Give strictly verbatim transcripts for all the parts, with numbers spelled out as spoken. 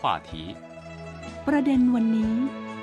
话题ประเด็นวันนี้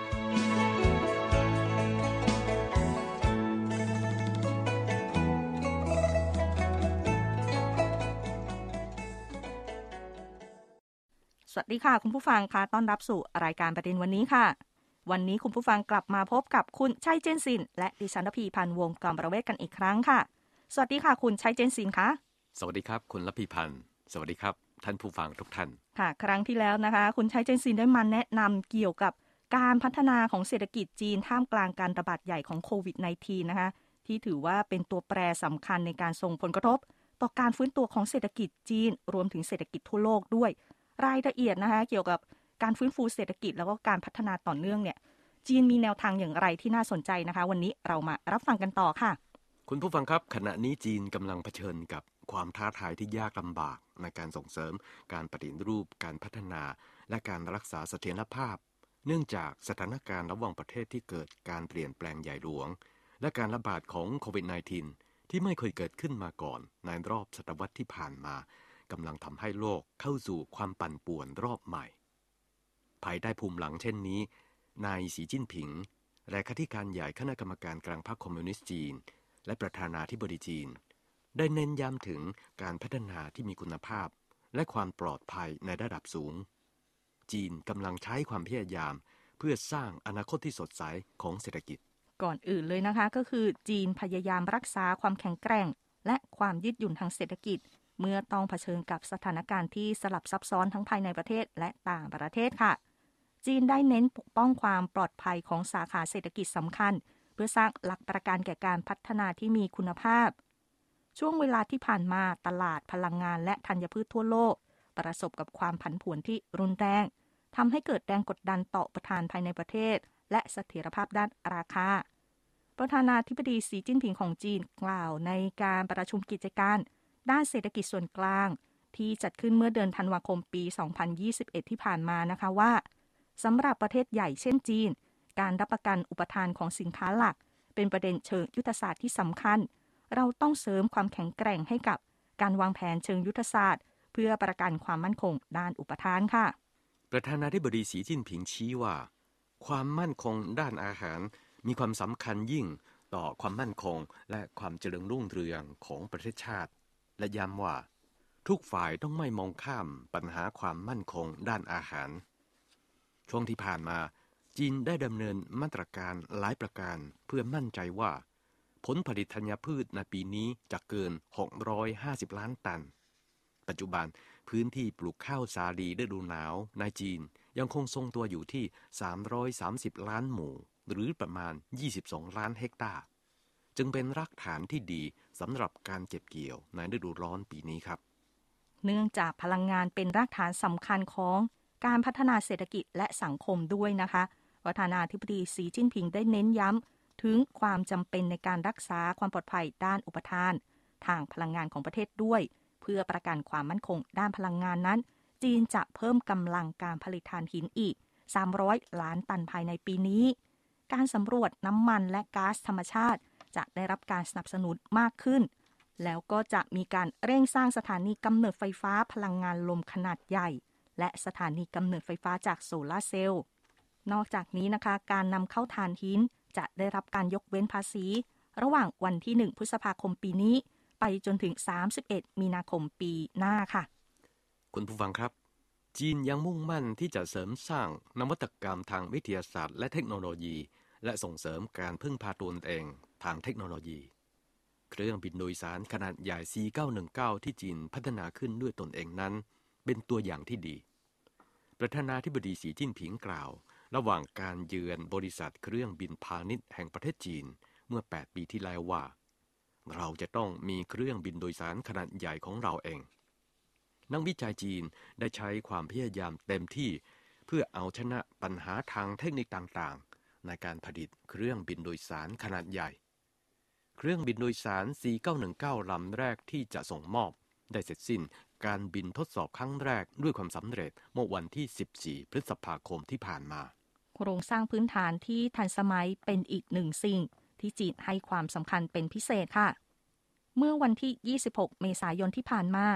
สวัสดีค่ะคุณผู้ฟังค่ะต้อนรับสู่รายการประเด็นวันนี้ค่ะวันนี้คุณผู้ฟังกลับมาพบกับคุณชัยเจนซินและดิฉันพีพันธ์วงศ์กำประเวศกันอีกครั้งค่ะสวัสดีค่ะคุณชัยเจนซินค่ะสวัสดีครับคุณลพีพันธ์สวัสดีครับท่านผู้ฟังทุกท่านค่ะครั้งที่แล้วนะคะคุณชัยเจนซินได้มาแนะนำเกี่ยวกับการพัฒนาของเศรษฐกิจจีนท่ามกลางการระบาดใหญ่ของโควิด สิบเก้า นะคะที่ถือว่าเป็นตัวแปรสำคัญในการส่งผลกระทบต่อการฟื้นตัวของเศรษฐกิจจีนรวมถึงเศรษฐกิจทั่วโลกด้วยรายละเอียดนะคะเกี่ยวกับการฟื้นฟูเศรษฐกิจแล้วก็การพัฒนาต่อเนื่องเนี่ยจีนมีแนวทางอย่างไรที่น่าสนใจนะคะวันนี้เรามารับฟังกันต่อค่ะคุณผู้ฟังครับขณะนี้จีนกำลังเผชิญกับความท้าทายที่ยากลำบากในการส่งเสริมการปฏิรูปการพัฒนาและการรักษาเสถียรภาพเนื่องจากสถานการณ์ระหว่างประเทศที่เกิดการเปลี่ยนแปลงใหญ่หลวงและการระบาดของโควิด สิบเก้า ที่ไม่เคยเกิดขึ้นมาก่อนในรอบศตวรรษที่ผ่านมากำลังทำให้โลกเข้าสู่ความปั่นป่วนรอบใหม่ภายใต้ภูมิหลังเช่นนี้นายสีจิ้นผิงเลขาธิการใหญ่คณะกรรมการกลางพรรคคอมมิวนิสต์จีนและประธานาธิบดีจีนได้เน้นย้ำถึงการพัฒนาที่มีคุณภาพและความปลอดภัยในระดับสูงจีนกำลังใช้ความพยายามเพื่อสร้างอนาคตที่สดใสของเศรษฐกิจก่อนอื่นเลยนะคะก็คือจีนพยายามรักษาความแข็งแกร่งและความยืดหยุ่นทางเศรษฐกิจเมื่อต้องเผชิญกับสถานการณ์ที่สลับซับซ้อนทั้งภายในประเทศและต่างประเทศค่ะจีนได้เน้นปกป้องความปลอดภัยของสาขาเศรษฐกิจสำคัญเพื่อสร้างหลักประกันแก่การพัฒนาที่มีคุณภาพช่วงเวลาที่ผ่านมาตลาดพลังงานและธัญพืชทั่วโลกประสบกับความผันผวนที่รุนแรงทำให้เกิดแรงกดดันต่ออุปทานภายในประเทศและเสถียรภาพด้านราคาประธานาธิบดีสีจิ้นผิงของจีนกล่าวในการประชุมกิจการด้านเศรษฐกิจส่วนกลางที่จัดขึ้นเมื่อเดือนธันวาคมปีสองพันยี่สิบเอ็ดที่ผ่านมานะคะว่าสำหรับประเทศใหญ่เช่นจีนการรับประกันอุปทานของสินค้าหลักเป็นประเด็นเชิงยุทธศาสตร์ที่สำคัญเราต้องเสริมความแข็งแกร่งให้กับการวางแผนเชิงยุทธศาสตร์เพื่อประกันความมั่นคงด้านอุปทานค่ะประธานาธิบดีสีจิ้นผิงชี้ว่าความมั่นคงด้านอาหารมีความสำคัญยิ่งต่อความมั่นคงและความเจริญรุ่งเรืองของประเทศชาติและย้ำว่าทุกฝ่ายต้องไม่มองข้ามปัญหาความมั่นคงด้านอาหารช่วงที่ผ่านมาจีนได้ดำเนินมาตรการหลายประการเพื่อมั่นใจว่าผลผลิตธัญพืชในปีนี้จะเกินหกร้อยห้าสิบล้านตันปัจจุบันพื้นที่ปลูกข้าวสาลีฤดูหนาวในจีนยังคงทรงตัวอยู่ที่สามร้อยสามสิบล้านหมู่หรือประมาณยี่สิบสองล้านเฮกตาร์จึงเป็นรากฐานที่ดีสำหรับการเก็บเกี่ยวในฤดูร้อนปีนี้ครับเนื่องจากพลังงานเป็นรากฐานสำคัญของการพัฒนาเศรษฐกิจและสังคมด้วยนะคะประธานาธิบดีสีจิ้นผิงได้เน้นย้ำถึงความจำเป็นในการรักษาความปลอดภัยด้านอุปทานทางพลังงานของประเทศด้วยเพื่อประกันความมั่นคงด้านพลังงานนั้นจีนจะเพิ่มกำลังการผลิตถ่านหินอีกสามร้อยล้านตันภายในปีนี้การสำรวจน้ำมันและก๊าซธรรมชาติจะได้รับการสนับสนุนมากขึ้นแล้วก็จะมีการเร่งสร้างสถานีกำเนิดไฟฟ้าพลังงานลมขนาดใหญ่และสถานีกำเนิดไฟฟ้าจากโซลาร์เซลล์นอกจากนี้นะคะการนำเข้าถ่านหินจะได้รับการยกเว้นภาษีระหว่างวันที่หนึ่งพฤษภาคมปีนี้ไปจนถึงสามสิบเอ็ดมีนาคมปีหน้าค่ะคุณผู้ฟังครับจีนยังมุ่งมั่นที่จะเสริมสร้างนวัตกรรมทางวิทยาศาสตร์และเทคโนโลยีและส่งเสริมการพึ่งพาตนเองทางเทคโนโลยีเครื่องบินโดยสารขนาดใหญ่ ซี เก้าหนึ่งเก้า ที่จีนพัฒนาขึ้นด้วยตนเองนั้นเป็นตัวอย่างที่ดีประธานาธิบดีสีจิ้นผิงกล่าวระหว่างการเยือนบริษัทเครื่องบินพาณิชย์แห่งประเทศจีนเมื่อแปดปีที่แล้วว่าเราจะต้องมีเครื่องบินโดยสารขนาดใหญ่ของเราเองนักวิจัยจีนได้ใช้ความพยายามเต็มที่เพื่อเอาชนะปัญหาทางเทคนิคต่างๆในการผลิตเครื่องบินโดยสารขนาดใหญ่เครื่องบินโดยสาร ซี เก้าหนึ่งเก้า ลำแรกที่จะส่งมอบได้เสร็จสิ้นการบินทดสอบครั้งแรกด้วยความสำเร็จเมื่อวันที่สิบสี่พฤษภาคมที่ผ่านมาโครงสร้างพื้นฐานที่ทันสมัยเป็นอีกหนึ่งสิ่งที่จีนให้ความสำคัญเป็นพิเศษค่ะเมื่อวันที่ยี่สิบหกเมษายนที่ผ่านมา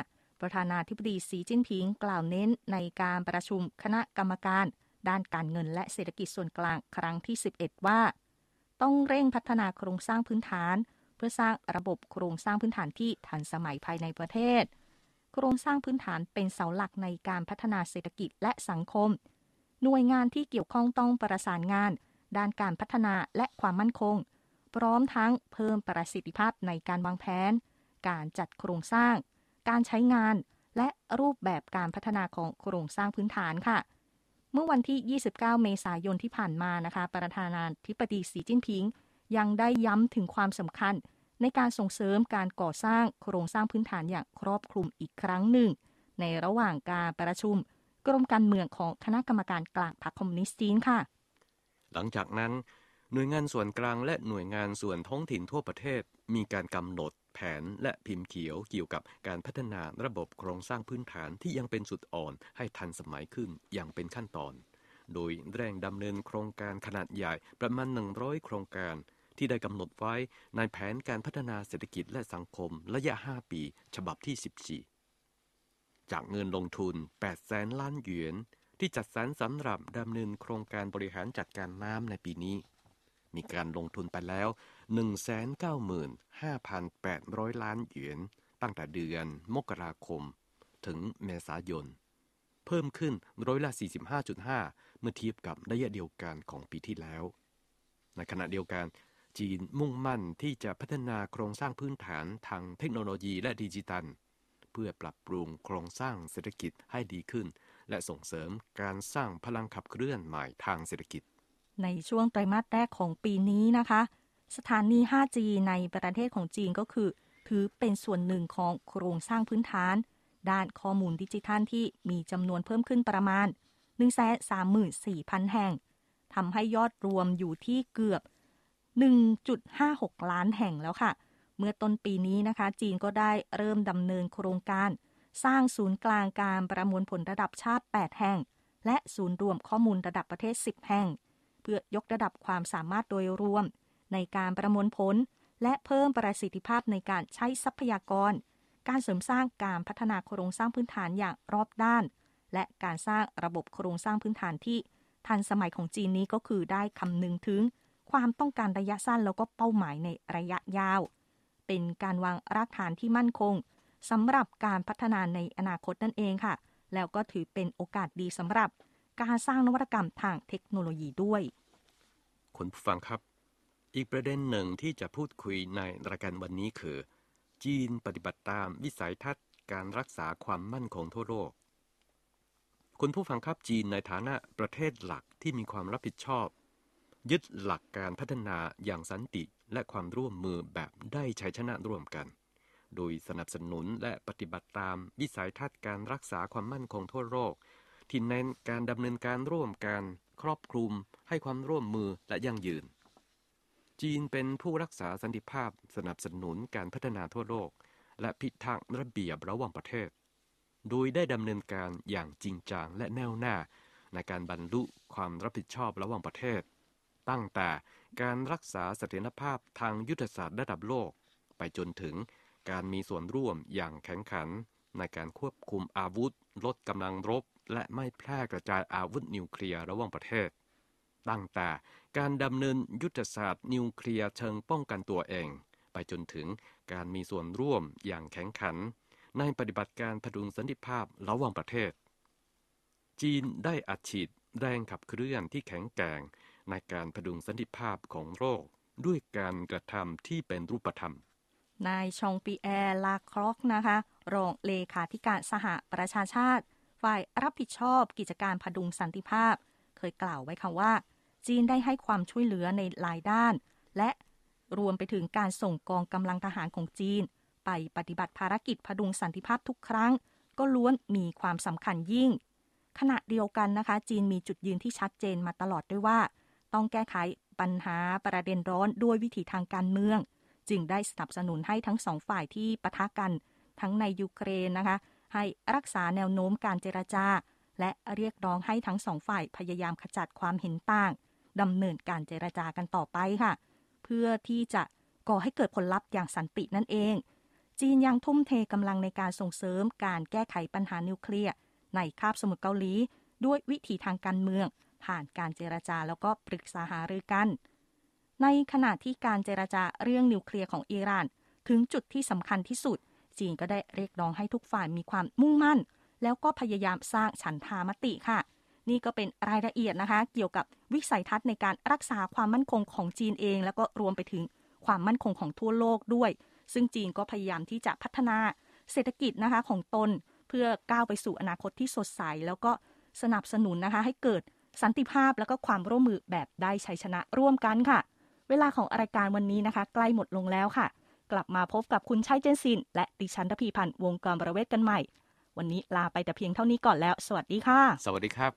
ประธานาธิบดีสีจิ้นผิงกล่าวเน้นในการประชุมคณะกรรมการด้านการเงินและเศรษฐกิจส่วนกลางครั้งที่สิบเอ็ดว่าต้องเร่งพัฒนาโครงสร้างพื้นฐานเพื่อสร้างระบบโครงสร้างพื้นฐานที่ทันสมัยภายในประเทศโครงสร้างพื้นฐานเป็นเสาหลักในการพัฒนาเศรษฐกิจและสังคมหน่วยงานที่เกี่ยวข้องต้องประสานงานด้านการพัฒนาและความมั่นคงพร้อมทั้งเพิ่มประสิทธิภาพในการวางแผนการจัดโครงสร้างการใช้งานและรูปแบบการพัฒนาของโครงสร้างพื้นฐานค่ะเมื่อวันที่ยี่สิบเก้าเมษายนที่ผ่านมานะคะประธานาธิบดีสีจิ้นผิงยังได้ย้ำถึงความสำคัญในการส่งเสริมการก่อสร้างโครงสร้างพื้นฐานอย่างครอบคลุมอีกครั้งหนึ่งในระหว่างการประชุมกรมการเมืองของคณะกรรมการกลางพรรคคอมมิวนิสต์จีนค่ะหลังจากนั้นหน่วยงานส่วนกลางและหน่วยงานส่วนท้องถิ่นทั่วประเทศมีการกำหนดแผนและพิมพ์เขียวเกี่ยวกับการพัฒนาระบบโครงสร้างพื้นฐานที่ยังเป็นจุดอ่อนให้ทันสมัยขึ้นอย่างเป็นขั้นตอนโดยเร่งดำเนินโครงการขนาดใหญ่ประมาณหนึ่งร้อยโครงการที่ได้กำหนดไว้ในแผนการพัฒนาเศรษฐกิจและสังคมระยะห้าปีฉบับที่สิบสี่จากเงินลงทุนแปดแสนล้านหยวนที่จัดสรรสำหรับดำเนินโครงการบริหารจัดการน้ำในปีนี้มีการลงทุนไปแล้ว หนึ่งแสนเก้าหมื่นห้าพันแปดร้อย ล้านหยวนตั้งแต่เดือนมกราคมถึงเมษายนเพิ่มขึ้นร้อยละ สี่สิบห้าจุดห้า เมื่อเทียบกับระยะเดียวกันของปีที่แล้วในขณะเดียวกันจีนมุ่งมั่นที่จะพัฒนาโครงสร้างพื้นฐานทางเทคโนโลยีและดิจิทัลเพื่อปรับปรุงโครงสร้างเศรษฐกิจให้ดีขึ้นและส่งเสริมการสร้างพลังขับเคลื่อนใหม่ทางเศรษฐกิจในช่วงไตรมาสแรกของปีนี้นะคะสถานี ห้าจี ในประเทศของจีนก็คือถือเป็นส่วนหนึ่งของโครงสร้างพื้นฐานด้านข้อมูลดิจิทัลที่มีจำนวนเพิ่มขึ้นประมาณ หนึ่งแสนสามหมื่นสี่พัน แห่งทำให้ยอดรวมอยู่ที่เกือบ หนึ่งจุดห้าหก ล้านแห่งแล้วค่ะเมื่อต้นปีนี้นะคะจีนก็ได้เริ่มดำเนินโครงการสร้างศูนย์กลางการประมวลผลระดับชาติแปดแห่งและศูนย์รวมข้อมูลระดับประเทศสิบแห่งเพื่อยกระดับความสามารถโดยรวมในการประมวลผลและเพิ่มประสิทธิภาพในการใช้ทรัพยากรการเสริมสร้างการพัฒนาโครงสร้างพื้นฐานอย่างรอบด้านและการสร้างระบบโครงสร้างพื้นฐานที่ทันสมัยของจีนนี้ก็คือได้คำนึงถึงความต้องการระยะสั้นแล้วก็เป้าหมายในระยะยาวเป็นการวางรากฐานที่มั่นคงสำหรับการพัฒนาในอนาคตนั่นเองค่ะแล้วก็ถือเป็นโอกาสดีสำหรับการสร้างนวัตกรรมทางเทคโนโลยีด้วยคุณผู้ฟังครับอีกประเด็นหนึ่งที่จะพูดคุยในรายการวันนี้คือจีนปฏิบัติตามวิสัยทัศน์การรักษาความมั่นคงทั่วโลกคุณผู้ฟังครับจีนในฐานะประเทศหลักที่มีความรับผิดชอบยึดหลักการพัฒนาอย่างสันติและความร่วมมือแบบได้ชัยชนะร่วมกันโดยสนับสนุนและปฏิบัติตามวิสัยทัศน์การรักษาความมั่นคงทั่วโลกที่เน้นการดำเนินการร่วมกันครอบคลุมให้ความร่วมมือและยั่งยืนจีนเป็นผู้รักษาสันติภาพสนับสนุนการพัฒนาทั่วโลกและพิทักษ์ระเบียบระหว่างประเทศโดยได้ดำเนินการอย่างจริงจังและแน่วแน่ในการบรรลุความรับผิดชอบระหว่างประเทศตั้งแต่การรักษาเสถียรภาพทางยุทธศาสตร์ระดับโลกไปจนถึงการมีส่วนร่วมอย่างแข็งขันในการควบคุมอาวุธลดกำลังรบและไม่แพร่กระจายอาวุธนิวเคลียร์ระหว่างประเทศตั้งแต่การดำเนินยุทธศาสตร์นิวเคลียร์เชิงป้องกันตัวเองไปจนถึงการมีส่วนร่วมอย่างแข็งขันในปฏิบัติการพดุงสันติภาพระหว่างประเทศจีนได้อัดฉีดแรงขับเคลื่อนที่แข็งแกร่งในการพดุงสันติภาพของโลกด้วยการกระทำที่เป็นรูปธรรมนายชองปีแอร์ลาครอกนะคะรองเลขาธิการสหประชาชาติฝ่ายรับผิดชอบกิจการพดุงสันติภาพเคยกล่าวไว้ค่ะว่าจีนได้ให้ความช่วยเหลือในหลายด้านและรวมไปถึงการส่งกองกำลังทหารของจีนไปปฏิบัติภารกิจพดุงสันติภาพทุกครั้งก็ล้วนมีความสำคัญยิ่งขณะเดียวกันนะคะจีนมีจุดยืนที่ชัดเจนมาตลอดด้วยว่าต้องแก้ไขปัญหาประเด็นร้อนด้วยวิถีทางการเมืองจึงได้สนับสนุนให้ทั้งสองฝ่ายที่ปะทะกันทั้งในยูเครนนะคะให้รักษาแนวโน้มการเจรจาและเรียกร้องให้ทั้งสองฝ่ายพยายามขจัดความเห็นต่างดำเนินการเจรจากันต่อไปค่ะเพื่อที่จะก่อให้เกิดผลลัพธ์อย่างสันตินั่นเองจีนยังทุ่มเทกำลังในการส่งเสริมการแก้ไขปัญหานิวเคลียร์ในคาบสมุทรเกาหลีด้วยวิธีทางการเมืองผ่านการเจรจาแล้วก็ปรึกษาหารือกันในขณะที่การเจรจาเรื่องนิวเคลียร์ของอิหร่านถึงจุดที่สำคัญที่สุดจีนก็ได้เรียกร้องให้ทุกฝ่ายมีความมุ่งมั่นแล้วก็พยายามสร้างฉันทามติค่ะนี่ก็เป็นรายละเอียดนะคะเกี่ยวกับวิสัยทัศน์ในการรักษาความมั่นคงของจีนเองแล้วก็รวมไปถึงความมั่นคงของทั่วโลกด้วยซึ่งจีนก็พยายามที่จะพัฒนาเศรษฐกิจนะคะของตนเพื่อก้าวไปสู่อนาคตที่สดใสแล้วก็สนับสนุนนะคะให้เกิดสันติภาพแล้วก็ความร่วมมือแบบได้ชัยชนะร่วมกันค่ะเวลาของรายการวันนี้นะคะใกล้หมดลงแล้วค่ะกลับมาพบกับคุณชัยเจนซินและดิฉันทพีพันธ์วงกรประเวศกันใหม่วันนี้ลาไปแต่เพียงเท่านี้ก่อนแล้วสวัสดีค่ะสวัสดีครับ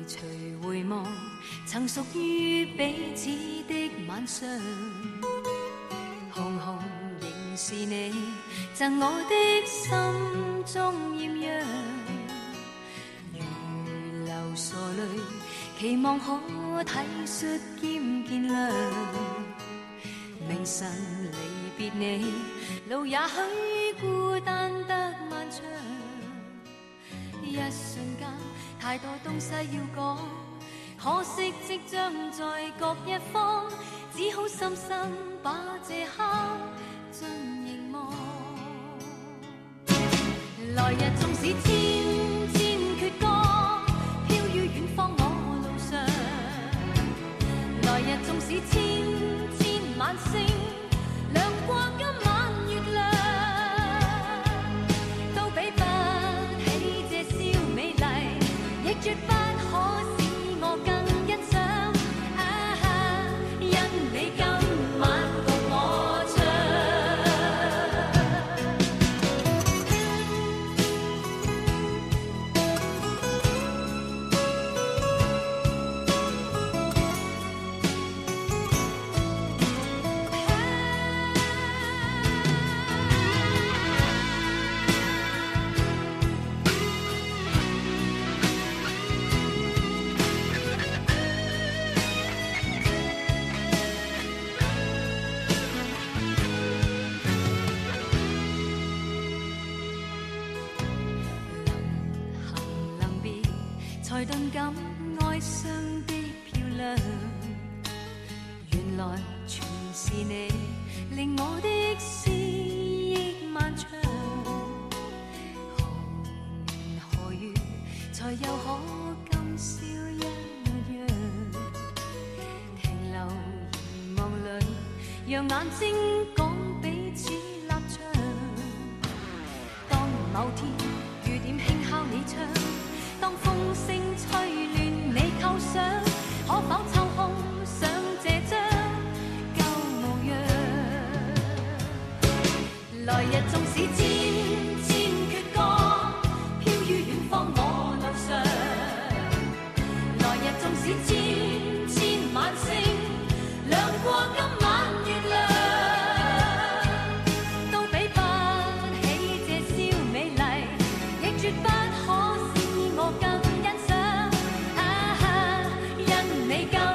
隨回望曾屬於彼此的晚上，紅紅仍是你贈我的心中豔陽，如流傻淚期望可體恤兼見諒，明晨離別你路也許孤單得漫長，一瞬間太多東西要講，可惜即將在各一方，只好深深把這刻盡凝望。來日縱使千千闕歌，飄於遠方我路上，來日縱使千千晚星亮過今晚月亮，都比不起這宵美麗，亦絕不可使我更欣賞。啊，因你今晚共我唱。才頓感哀傷的漂亮，原來全是你令我的思憶漫長，何年何月才又可今宵一樣，停留凝望裏讓眼睛講彼此立場，當某天雨點輕敲你窗，當風聲吹亂你構想，可否抽空想這張舊模樣？來日縱使千千闕歌，飄於遠方我路上，來日縱使千千晚星亮過今晚月亮，都比不起這宵美麗，亦絕不可我更欣賞，啊，因你夠。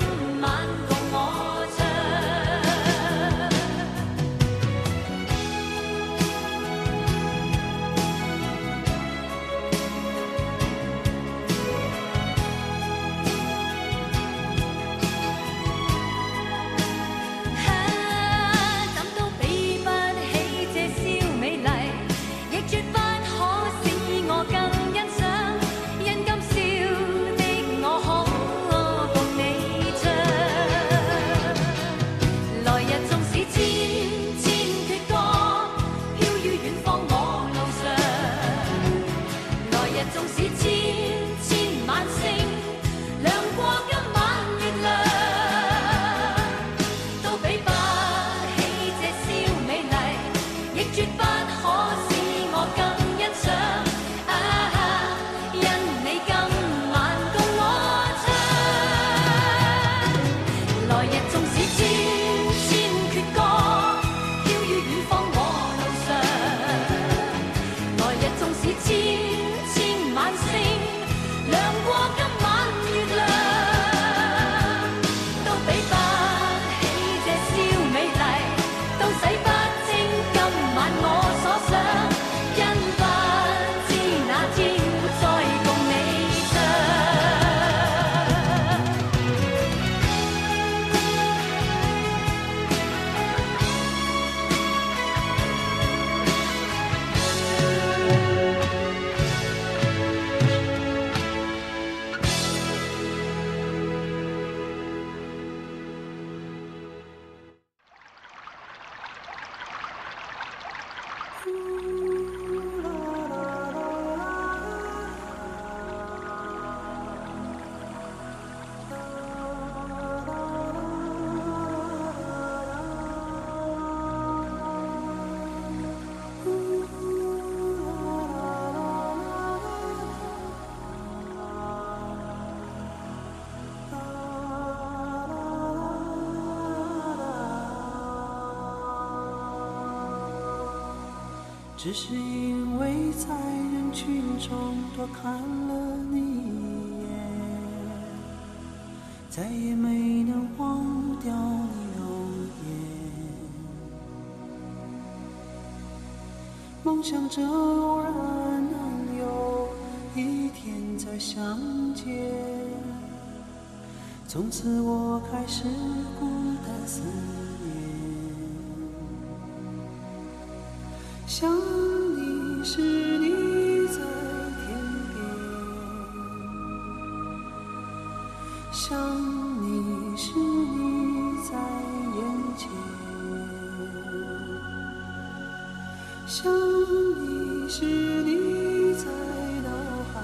只是因为在人群中多看了你一眼，再也没能忘掉你容颜。梦想着偶然能有一天再相见，从此我开始孤单思念。想你时你在天边，想你时你在眼前，想你时你在脑海，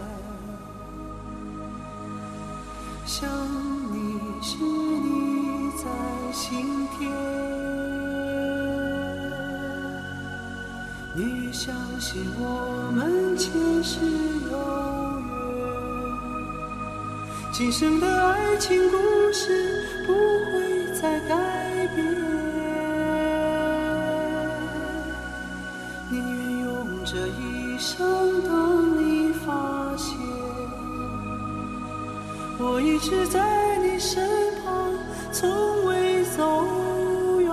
想你时你在心田。你越相信我们前世有缘，今生的爱情故事不会再改变。宁愿用这一生等你发现，我一直在你身旁，从未走远。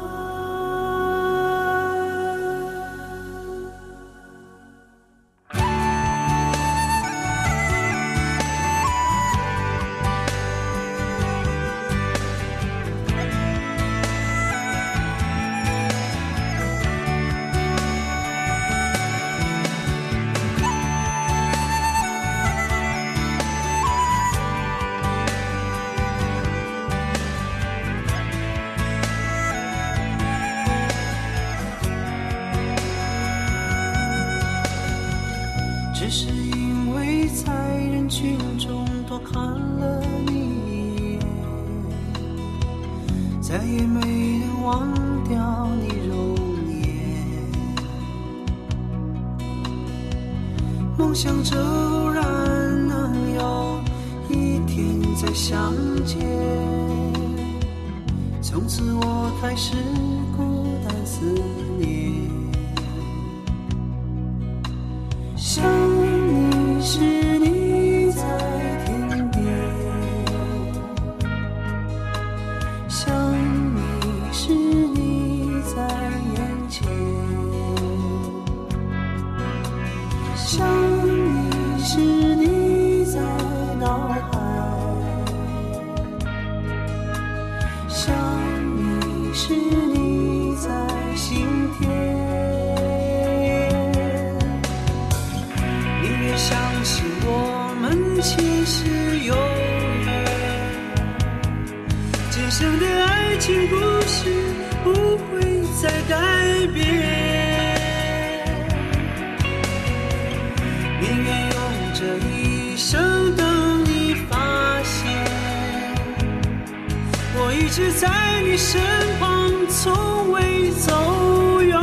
只是因为在人群中多看了你一眼，再也没能忘掉你容颜。梦想着偶然能有一天再相见，从此我开始孤单思念。想你时你在天边，想你时你在眼前，想你时你在脑海，想你时你在心田。相信我们前世有缘，今生的爱情故事不会再改变。宁愿用这一生等你发现，我一直在你身旁，从未走远。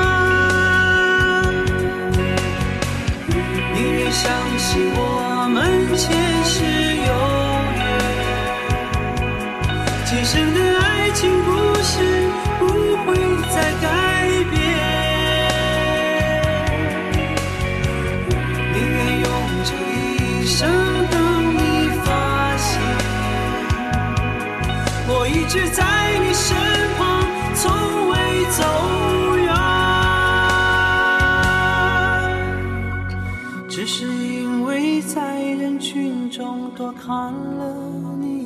相信我们前世有缘，今生的爱情故事不会再改变。宁愿用这一生等你发现，我一直在你身旁，从未走远。只是因为在人群中多看了你